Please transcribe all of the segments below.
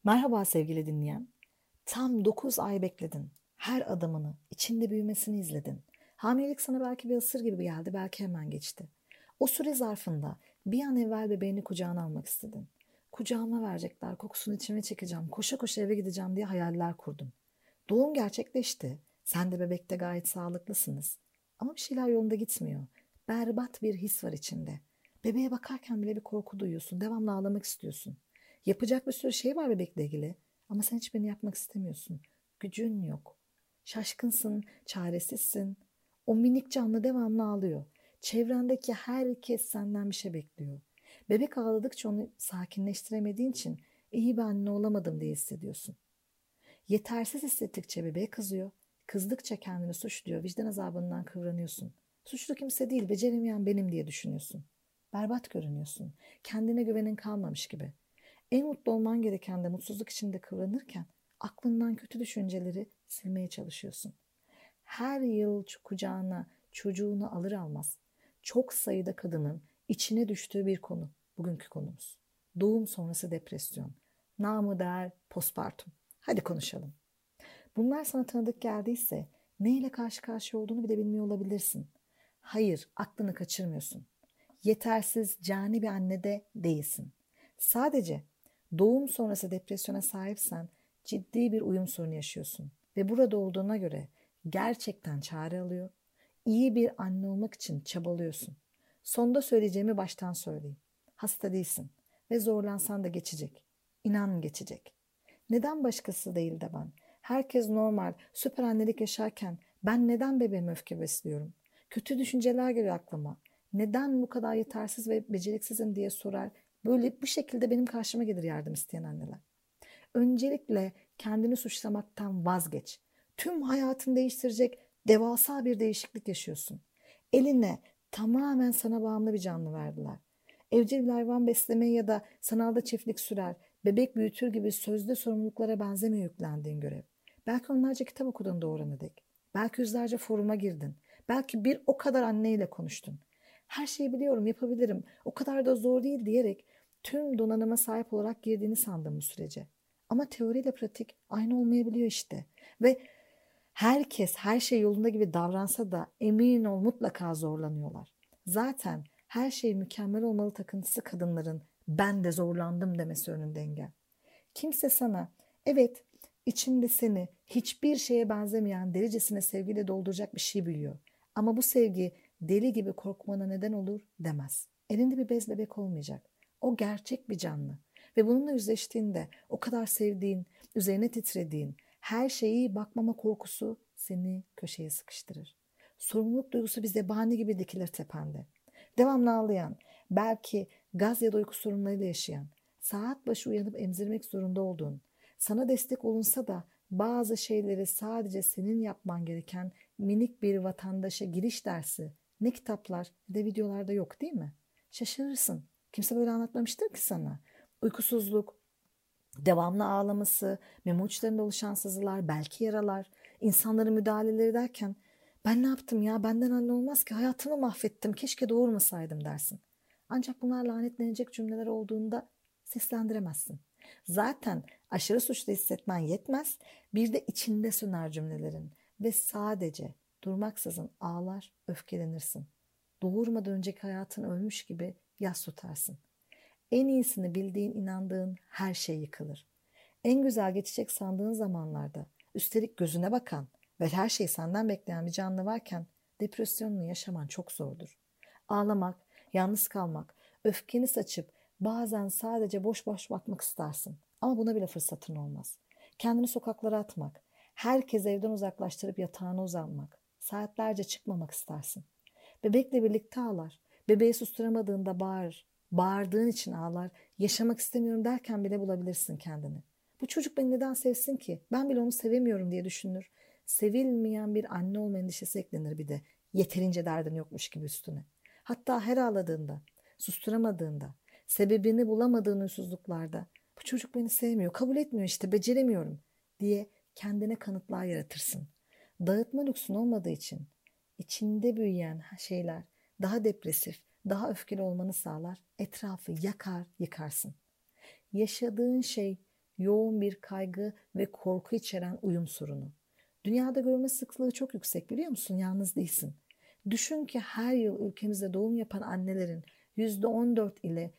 Merhaba sevgili dinleyen. Tam 9 ay bekledin. Her adımını, içinde büyümesini izledin. Hamilelik sana belki bir ısır gibi geldi, belki hemen geçti. O süre zarfında bir an evvel bebeğini kucağına almak istedin. Kucağıma verecekler, kokusunu içime çekeceğim, koşa koşa eve gideceğim diye hayaller kurdun. Doğum gerçekleşti. Sen de bebek de gayet sağlıklısınız. Ama bir şeyler yolunda gitmiyor. Berbat bir his var içinde. Bebeğe bakarken bile bir korku duyuyorsun. Devamlı ağlamak istiyorsun. Yapacak bir sürü şey var bebekle ilgili. Ama sen hiçbirini yapmak istemiyorsun. Gücün yok. Şaşkınsın, çaresizsin. O minik canlı devamlı ağlıyor. Çevrendeki herkes senden bir şey bekliyor. Bebek ağladıkça onu sakinleştiremediğin için iyi bir anne olamadım diye hissediyorsun. Yetersiz hissettikçe bebeğe kızıyor. Kızdıkça kendini suçluyor. Vicdan azabından kıvranıyorsun. Suçlu kimse değil, beceremeyen benim diye düşünüyorsun. Berbat görünüyorsun. Kendine güvenin kalmamış gibi. En mutlu olman gereken de mutsuzluk içinde kıvranırken aklından kötü düşünceleri silmeye çalışıyorsun. Her yıl kucağına çocuğunu alır almaz çok sayıda kadının içine düştüğü bir konu bugünkü konumuz. Doğum sonrası depresyon. Namı değer postpartum. Hadi konuşalım. Bunlar sana tanıdık geldiyse neyle karşı karşıya olduğunu bile bilmiyor olabilirsin. Hayır, aklını kaçırmıyorsun. Yetersiz, cani bir anne de değilsin. Sadece doğum sonrası depresyona sahipsen ciddi bir uyum sorunu yaşıyorsun. Ve burada olduğuna göre gerçekten çare alıyor. İyi bir anne olmak için çabalıyorsun. Sonda söyleyeceğimi baştan söyleyeyim. Hasta değilsin ve zorlansan da geçecek. İnan geçecek. Neden başkası değil de ben? Herkes normal, süper annelik yaşarken ben neden bebeğime öfke besliyorum? Kötü düşünceler geliyor aklıma. Neden bu kadar yetersiz ve beceriksizim diye sorar. Böyle bu şekilde benim karşıma gelir yardım isteyen anneler. Öncelikle kendini suçlamaktan vazgeç. Tüm hayatını değiştirecek devasa bir değişiklik yaşıyorsun. Eline tamamen sana bağımlı bir canlı verdiler. Evcil bir hayvan beslemeyi ya da sanalda çiftlik sürer, bebek büyütür gibi sözde sorumluluklara benzemiyor yüklendiğin görev. Belki onlarca kitap okudun doğurana dek. Belki yüzlerce foruma girdin. Belki bir o kadar anneyle konuştun. Her şeyi biliyorum, yapabilirim, o kadar da zor değil diyerek tüm donanıma sahip olarak girdiğini sandım bu sürece. Ama teoriyle pratik aynı olmayabiliyor işte. Ve herkes her şey yolunda gibi davransa da emin ol mutlaka zorlanıyorlar. Zaten her şey mükemmel olmalı takıntısı kadınların ben de zorlandım demesi önünde engel. Kimse sana evet içinde seni hiçbir şeye benzemeyen delicesine sevgiyle dolduracak bir şey biliyor. Ama bu sevgi deli gibi korkmana neden olur demez. Elinde bir bez bebek olmayacak. O gerçek bir canlı. Ve bununla yüzleştiğinde o kadar sevdiğin, üzerine titrediğin, her şeye iyi bakmama korkusu seni köşeye sıkıştırır. Sorumluluk duygusu bir zebani gibi dikilir tepende. Devamlı ağlayan, belki gaz ya da uyku sorunlarıyla yaşayan, saat başı uyanıp emzirmek zorunda olduğun, sana destek olunsa da bazı şeyleri sadece senin yapman gereken minik bir vatandaşa giriş dersi ne kitaplar ne de videolarda yok değil mi? Şaşırırsın. Kimse böyle anlatmamıştır ki sana. Uykusuzluk, devamlı ağlaması, meme uçlarında oluşan sızılar, belki yaralar, insanların müdahaleleri derken ben ne yaptım ya benden anne olmaz ki hayatımı mahvettim keşke doğurmasaydım dersin. Ancak bunlar lanetlenecek cümleler olduğunda seslendiremezsin. Zaten aşırı suçlu hissetmen yetmez bir de içinde söner cümlelerin ve sadece durmaksızın ağlar öfkelenirsin. Doğurmadan önceki hayatın ölmüş gibi yas tutarsın. En iyisini bildiğin, inandığın her şey yıkılır. En güzel geçecek sandığın zamanlarda, üstelik gözüne bakan ve her şeyi senden bekleyen bir canlı varken depresyonunu yaşaman çok zordur. Ağlamak, yalnız kalmak, öfkeni saçıp bazen sadece boş boş bakmak istersin. Ama buna bile fırsatın olmaz. Kendini sokaklara atmak, herkes evden uzaklaştırıp yatağına uzanmak, saatlerce çıkmamak istersin. Bebekle birlikte ağlar. Bebeği susturamadığında bağırır. Bağırdığın için ağlar. Yaşamak istemiyorum derken bile bulabilirsin kendini. Bu çocuk beni neden sevsin ki? Ben bile onu sevemiyorum diye düşünür. Sevilmeyen bir anne olma endişesi eklenir bir de. Yeterince derdin yokmuş gibi üstüne. Hatta her ağladığında, susturamadığında, sebebini bulamadığın huysuzluklarda bu çocuk beni sevmiyor, kabul etmiyor işte, beceremiyorum diye kendine kanıtlar yaratırsın. Dağıtma lüksün olmadığı için içinde büyüyen şeyler daha depresif, daha öfkeli olmanı sağlar. Etrafı yakar, yıkarsın. Yaşadığın şey yoğun bir kaygı ve korku içeren uyum sorunu. Dünyada görülme sıklığı çok yüksek, biliyor musun? Yalnız değilsin. Düşün ki her yıl ülkemizde doğum yapan annelerin %14 ile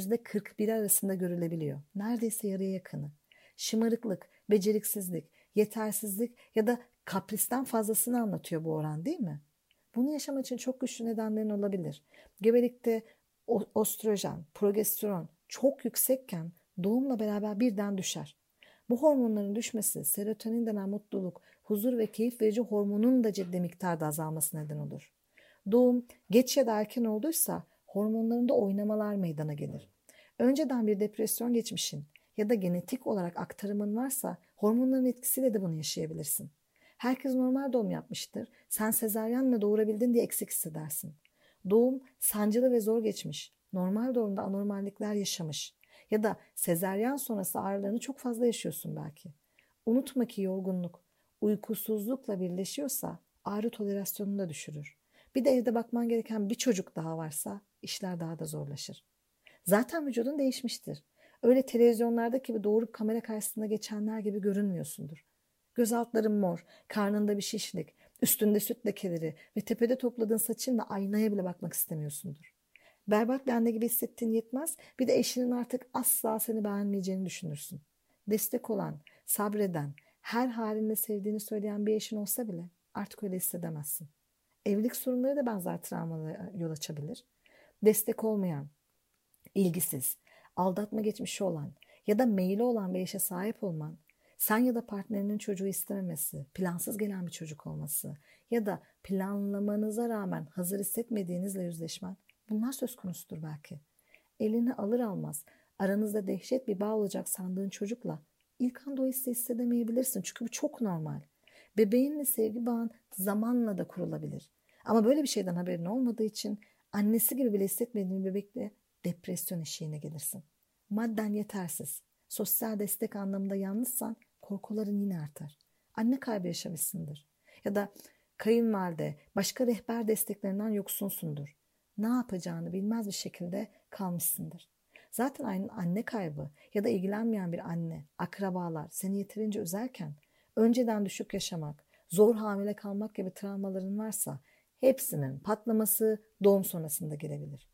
%41 arasında görülebiliyor. Neredeyse yarıya yakını. Şımarıklık, beceriksizlik, yetersizlik ya da kapristen fazlasını anlatıyor bu oran, değil mi? Bunu yaşamak için çok güçlü nedenlerin olabilir. Gebelikte östrojen, progesteron çok yüksekken doğumla beraber birden düşer. Bu hormonların düşmesi serotonin denen mutluluk, huzur ve keyif verici hormonun da ciddi miktarda azalması neden olur. Doğum geç ya da erken olduysa hormonlarında oynamalar meydana gelir. Önceden bir depresyon geçmişin ya da genetik olarak aktarımın varsa hormonların etkisiyle de bunu yaşayabilirsin. Herkes normal doğum yapmıştır. Sen sezaryenle doğurabildin diye eksik hissedersin. Doğum sancılı ve zor geçmiş. Normal doğumda anormallikler yaşamış. Ya da sezaryen sonrası ağrılarını çok fazla yaşıyorsun belki. Unutma ki yorgunluk, uykusuzlukla birleşiyorsa ağrı tolerasyonunu da düşürür. Bir de evde bakman gereken bir çocuk daha varsa işler daha da zorlaşır. Zaten vücudun değişmiştir. Öyle televizyonlardaki gibi doğurup kamera karşısında geçenler gibi görünmüyorsundur. Göz altların mor, karnında bir şişlik, üstünde süt lekeleri ve tepede topladığın saçınla aynaya bile bakmak istemiyorsundur. Berbat bir anne gibi hissettiğin yetmez, bir de eşinin artık asla seni beğenmeyeceğini düşünürsün. Destek olan, sabreden, her halinde sevdiğini söyleyen bir eşin olsa bile artık öyle hissedemezsin. Evlilik sorunları da benzer travmalara yol açabilir. Destek olmayan, ilgisiz, aldatma geçmişi olan ya da meyili olan bir eşe sahip olman, sen ya da partnerinin çocuğu istememesi, plansız gelen bir çocuk olması ya da planlamanıza rağmen hazır hissetmediğinizle yüzleşmen, bunlar söz konusudur belki. Elini alır almaz aranızda dehşet bir bağ olacak sandığın çocukla ilk anda o hissi hissedemeyebilirsin. Çünkü bu çok normal. Bebeğinle sevgi bağın zamanla da kurulabilir. Ama böyle bir şeyden haberin olmadığı için annesi gibi bile hissetmediğin bir bebekle depresyon eşiğine gelirsin. Madden yetersiz, sosyal destek anlamında yalnızsan korkuların yine artar. Anne kaybı yaşamışsındır. Ya da kayınvalide, başka rehber desteklerinden yoksunsundur. Ne yapacağını bilmez bir şekilde kalmışsındır. Zaten anne kaybı ya da ilgilenmeyen bir anne, akrabalar seni yeterince üzerken önceden düşük yaşamak, zor hamile kalmak gibi travmaların varsa hepsinin patlaması doğum sonrasında gelebilir.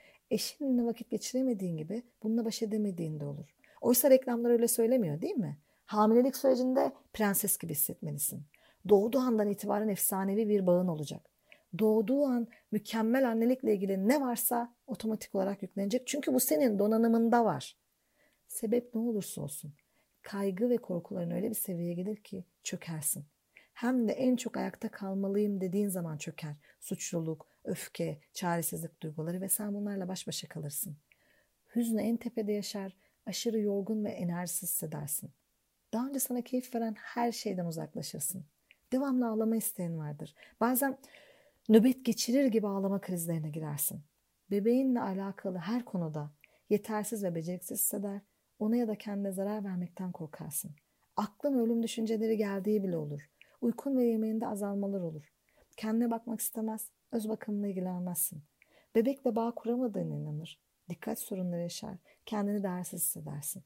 Eşinle vakit geçiremediğin gibi bununla baş edemediğin de olur. Oysa reklamlar öyle söylemiyor, değil mi? Hamilelik sürecinde prenses gibi hissetmelisin. Doğduğu andan itibaren efsanevi bir bağın olacak. Doğduğu an mükemmel annelikle ilgili ne varsa otomatik olarak yüklenecek. Çünkü bu senin donanımında var. Sebep ne olursa olsun kaygı ve korkuların öyle bir seviyeye gelir ki çökersin. Hem de en çok ayakta kalmalıyım dediğin zaman çöker. Suçluluk, öfke, çaresizlik duyguları ve sen bunlarla baş başa kalırsın. Hüznü en tepede yaşar, aşırı yorgun ve enerjisiz hissedersin. Daha önce sana keyif veren her şeyden uzaklaşırsın. Devamlı ağlama isteğin vardır. Bazen nöbet geçirir gibi ağlama krizlerine girersin. Bebeğinle alakalı her konuda yetersiz ve beceriksiz hisseder, ona ya da kendine zarar vermekten korkarsın. Aklın ölüm düşünceleri geldiği bile olur. Uykun ve yemeğinde azalmalar olur. Kendine bakmak istemez, öz bakımına ilgilenmezsin. Bebekle bağ kuramadığına inanır. Dikkat sorunları yaşar, kendini değersiz hissedersin.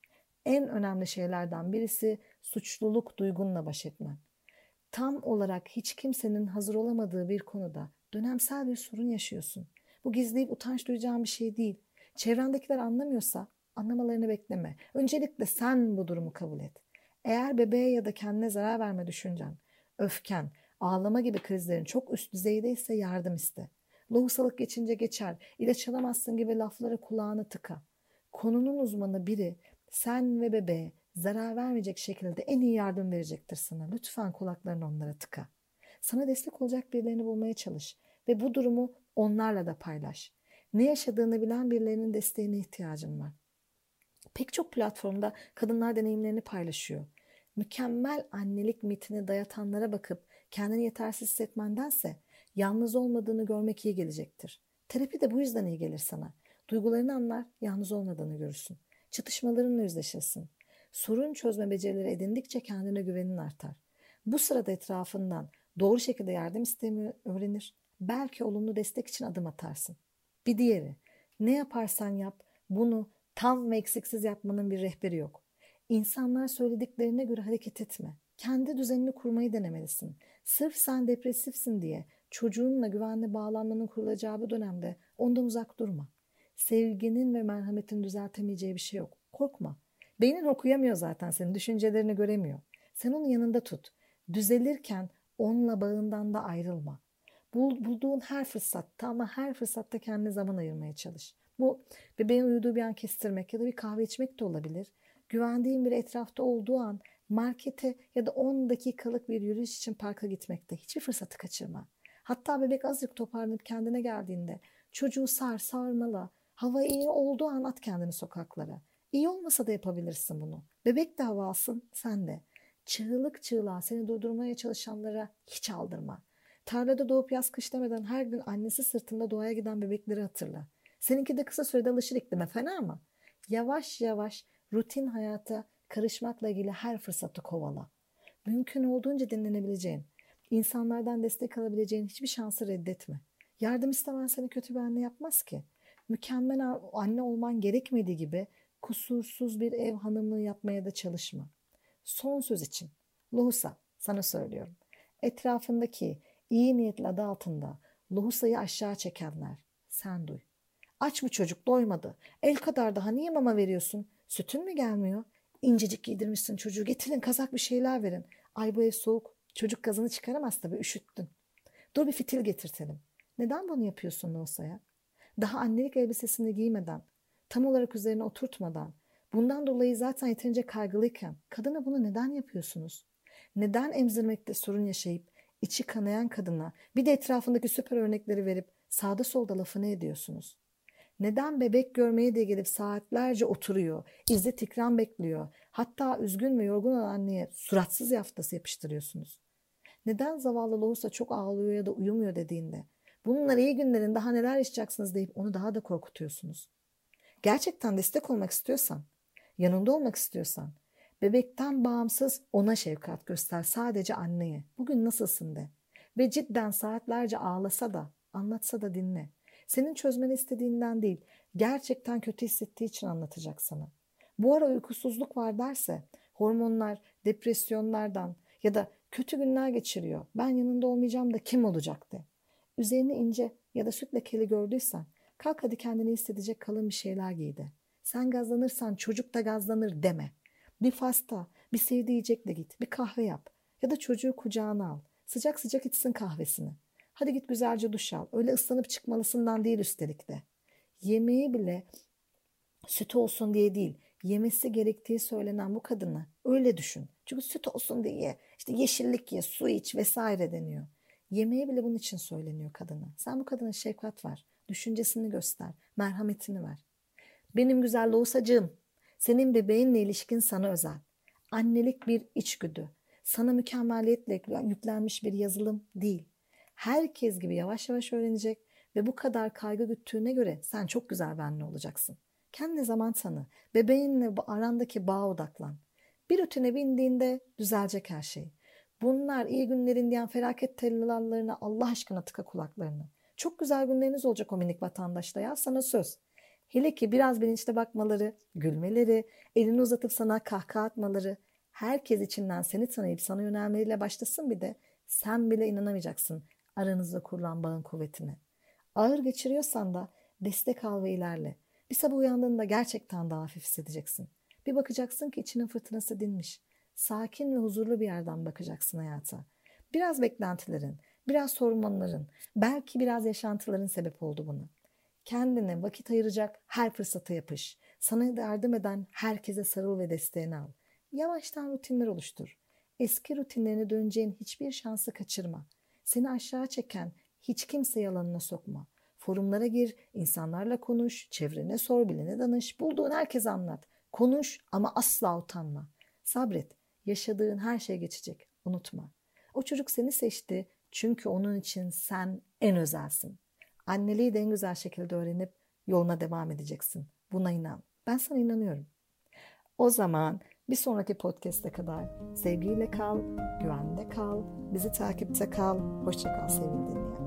En önemli şeylerden birisi suçluluk duygunla baş etmen. Tam olarak hiç kimsenin hazır olamadığı bir konuda dönemsel bir sorun yaşıyorsun. Bu gizleyip utanç duyacağın bir şey değil. Çevrendekiler anlamıyorsa anlamalarını bekleme. Öncelikle sen bu durumu kabul et. Eğer bebeğe ya da kendine zarar verme düşüncen, öfken, ağlama gibi krizlerin çok üst düzeydeyse yardım iste. Lohusalık geçince geçer, ilaç alamazsın gibi laflara kulağını tıka. Konunun uzmanı biri sen ve bebeğe zarar vermeyecek şekilde en iyi yardım verecektir sana. Lütfen kulaklarını onlara tıka. Sana destek olacak birilerini bulmaya çalış ve bu durumu onlarla da paylaş. Ne yaşadığını bilen birilerinin desteğine ihtiyacın var. Pek çok platformda kadınlar deneyimlerini paylaşıyor. Mükemmel annelik mitini dayatanlara bakıp kendini yetersiz hissetmendense yalnız olmadığını görmek iyi gelecektir. Terapi de bu yüzden iyi gelir sana. Duygularını anlar, yalnız olmadığını görürsün. Çatışmalarınla yüzleşirsin. Sorun çözme becerileri edindikçe kendine güvenin artar. Bu sırada etrafından doğru şekilde yardım istemeyi öğrenir. Belki olumlu destek için adım atarsın. Bir diğeri, ne yaparsan yap bunu tam ve eksiksiz yapmanın bir rehberi yok. İnsanlar söylediklerine göre hareket etme. Kendi düzenini kurmayı denemelisin. Sırf sen depresifsin diye çocuğunla güvenli bağlanmanın kurulacağı bu dönemde ondan uzak durma. Sevginin ve merhametin düzeltemeyeceği bir şey yok. Korkma. Beynin okuyamıyor zaten senin düşüncelerini göremiyor. Sen onun yanında tut. Düzelirken onunla bağından da ayrılma. Bulduğun her fırsatta ama her fırsatta kendine zaman ayırmaya çalış. Bu bebeğin uyuduğu bir an kestirmek ya da bir kahve içmek de olabilir. Güvendiğin bir etrafta olduğu an markete ya da 10 dakikalık bir yürüyüş için parka gitmekte hiçbir fırsatı kaçırma. Hatta bebek azıcık toparlanıp kendine geldiğinde çocuğu sarmala. Hava iyi olduğu an at kendini sokaklara. İyi olmasa da yapabilirsin bunu. Bebek de hava alsın, sen de. Çığlık çığlığa seni durdurmaya çalışanlara hiç aldırma. Tarlada doğup yaz kış demeden her gün annesi sırtında doğaya giden bebekleri hatırla. Seninki de kısa sürede alışır iklime, fena mı? Yavaş yavaş rutin hayata karışmakla ilgili her fırsatı kovala. Mümkün olduğunca dinlenebileceğin, insanlardan destek alabileceğin hiçbir şansı reddetme. Yardım istemen seni kötü bir anne yapmaz ki. Mükemmel anne olman gerekmediği gibi kusursuz bir ev hanımlığı yapmaya da çalışma. Son söz için. Lohusa, sana söylüyorum. Etrafındaki iyi niyetli adı altında lohusayı aşağı çekenler, sen duy. Aç bu çocuk, doymadı. El kadar daha niye mama veriyorsun? Sütün mü gelmiyor? İncecik giydirmişsin çocuğu. Getirin kazak bir şeyler verin. Ay bu ev soğuk. Çocuk gazını çıkaramaz tabii, üşüttün. Dur bir fitil getirtelim. Neden bunu yapıyorsun Lohusa'ya? Daha annelik elbisesini giymeden, tam olarak üzerine oturtmadan, bundan dolayı zaten yeterince kaygılıyken kadına bunu neden yapıyorsunuz? Neden emzirmekte sorun yaşayıp içi kanayan kadına bir de etrafındaki süper örnekleri verip sağda solda lafını ediyorsunuz? Neden bebek görmeye de gelip saatlerce oturuyor, İzzet ikram bekliyor, hatta üzgün ve yorgun olan anneye suratsız yaftası yapıştırıyorsunuz? Neden zavallı Lohusa çok ağlıyor ya da uyumuyor dediğinde bunlar iyi günlerin daha neler yaşayacaksınız deyip onu daha da korkutuyorsunuz? Gerçekten destek olmak istiyorsan, yanında olmak istiyorsan, bebekten bağımsız ona şefkat göster, sadece anneye. Bugün nasılsın de. Ve cidden saatlerce ağlasa da, anlatsa da dinle. Senin çözmeni istediğinden değil, gerçekten kötü hissettiği için anlatacak sana. Bu ara uykusuzluk var derse, hormonlar, depresyonlardan ya da kötü günler geçiriyor, ben yanında olmayacağım da kim olacak de. Üzerine ince ya da süt lekeli gördüysen, kalk hadi kendini hissedecek kalın bir şeyler giy de. Sen gazlanırsan çocuk da gazlanır deme. Bir fasta, bir sevdiği yiyecekle git, bir kahve yap ya da çocuğu kucağına al. Sıcak sıcak içsin kahvesini. Hadi git güzelce duş al. Öyle ıslanıp çıkmalısından değil üstelik de. Yemeği bile süt olsun diye değil, yemesi gerektiği söylenen bu kadını öyle düşün. Çünkü süt olsun diye işte yeşillik ye, su iç vesaire deniyor. Yemeği bile bunun için söyleniyor kadına. Sen bu kadına şefkat ver, düşüncesini göster, merhametini ver. Benim güzel Lohusacığım, senin bebeğinle ilişkin sana özel. Annelik bir içgüdü. Sana mükemmeliyetle yüklenmiş bir yazılım değil. Herkes gibi yavaş yavaş öğrenecek ve bu kadar kaygı güttüğüne göre sen çok güzel bir anne olacaksın. Kendine zaman tanı. Bebeğinle arandaki bağa odaklan. Bir rutine bindiğinde düzelecek her şey. Bunlar iyi günlerin diyen felaket tellallarına Allah aşkına tıka kulaklarını. Çok güzel günleriniz olacak o minik vatandaşla ya, sana söz. Hele ki biraz bilinçli bakmaları, gülmeleri, elini uzatıp sana kahkaha atmaları, herkes içinden seni tanıyıp sana yönelmeleriyle başlasın, bir de sen bile inanamayacaksın aranızda kurulan bağın kuvvetine. Ağır geçiriyorsan da destek al ve ilerle. Bir sabah uyandığında gerçekten daha hafif hissedeceksin. Bir bakacaksın ki içinin fırtınası dinmiş. Sakin ve huzurlu bir yerden bakacaksın hayata. Biraz beklentilerin, biraz hormonların, belki biraz yaşantıların sebep oldu buna. Kendine vakit ayıracak her fırsata yapış. Sana yardım eden herkese sarıl ve desteğini al. Yavaştan rutinler oluştur. Eski rutinlerine döneceğin hiçbir şansı kaçırma. Seni aşağı çeken hiç kimseyi alanına sokma. Forumlara gir, insanlarla konuş, çevrene sor, bilene danış, bulduğun herkese anlat. Konuş ama asla utanma. Sabret, yaşadığın her şey geçecek, unutma. O çocuk seni seçti çünkü onun için sen en özelsin. Anneliği de en güzel şekilde öğrenip yoluna devam edeceksin. Buna inan. Ben sana inanıyorum. O zaman bir sonraki podcast'e kadar sevgiyle kal, güvende kal, bizi takipte kal. Hoşça kal sevgili dinleyen.